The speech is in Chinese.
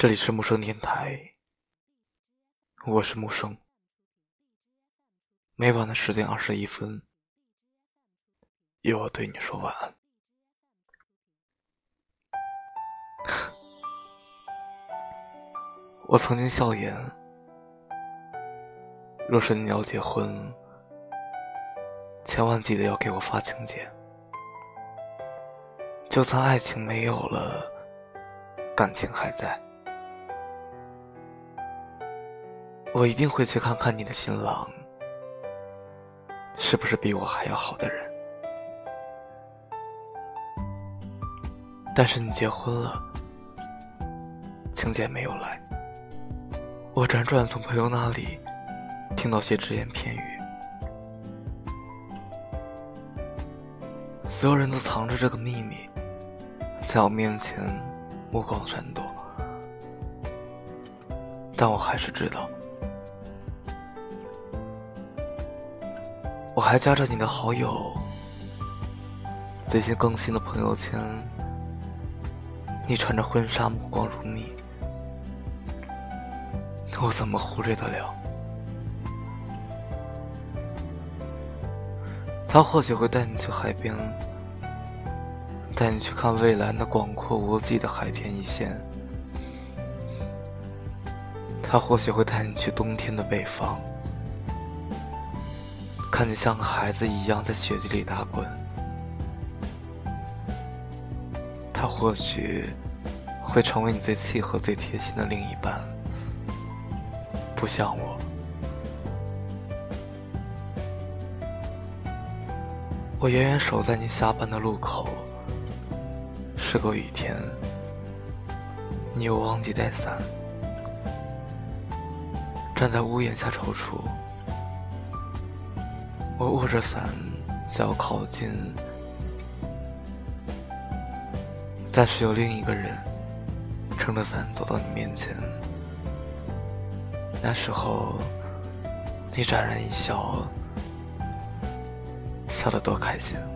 这里是木生电台，我是木生。每晚的10点21分，由我对你说晚安。我曾经笑言，若是你要结婚，千万记得要给我发请柬。就算爱情没有了，感情还在，我一定会去看看你的新郎是不是比我还要好的人。但是你结婚了，请柬没有来，我辗转从朋友那里听到些只言片语，所有人都藏着这个秘密，在我面前目光闪躲，但我还是知道。我还加着你的好友，最近更新的朋友圈，你穿着婚纱，目光如蜜，我怎么忽略得了？他或许会带你去海边，带你去看蔚蓝的广阔无际的海天一线，他或许会带你去冬天的北方，看你像个孩子一样在雪地里打滚。他或许会成为你最契合最贴心的另一半，不像我。我远远守在你下班的路口，是个雨天，你又忘记带伞，站在屋檐下踌躇。我握着伞想要靠近，但是有另一个人撑着伞走到你面前。那时候你展然一笑，笑得多开心。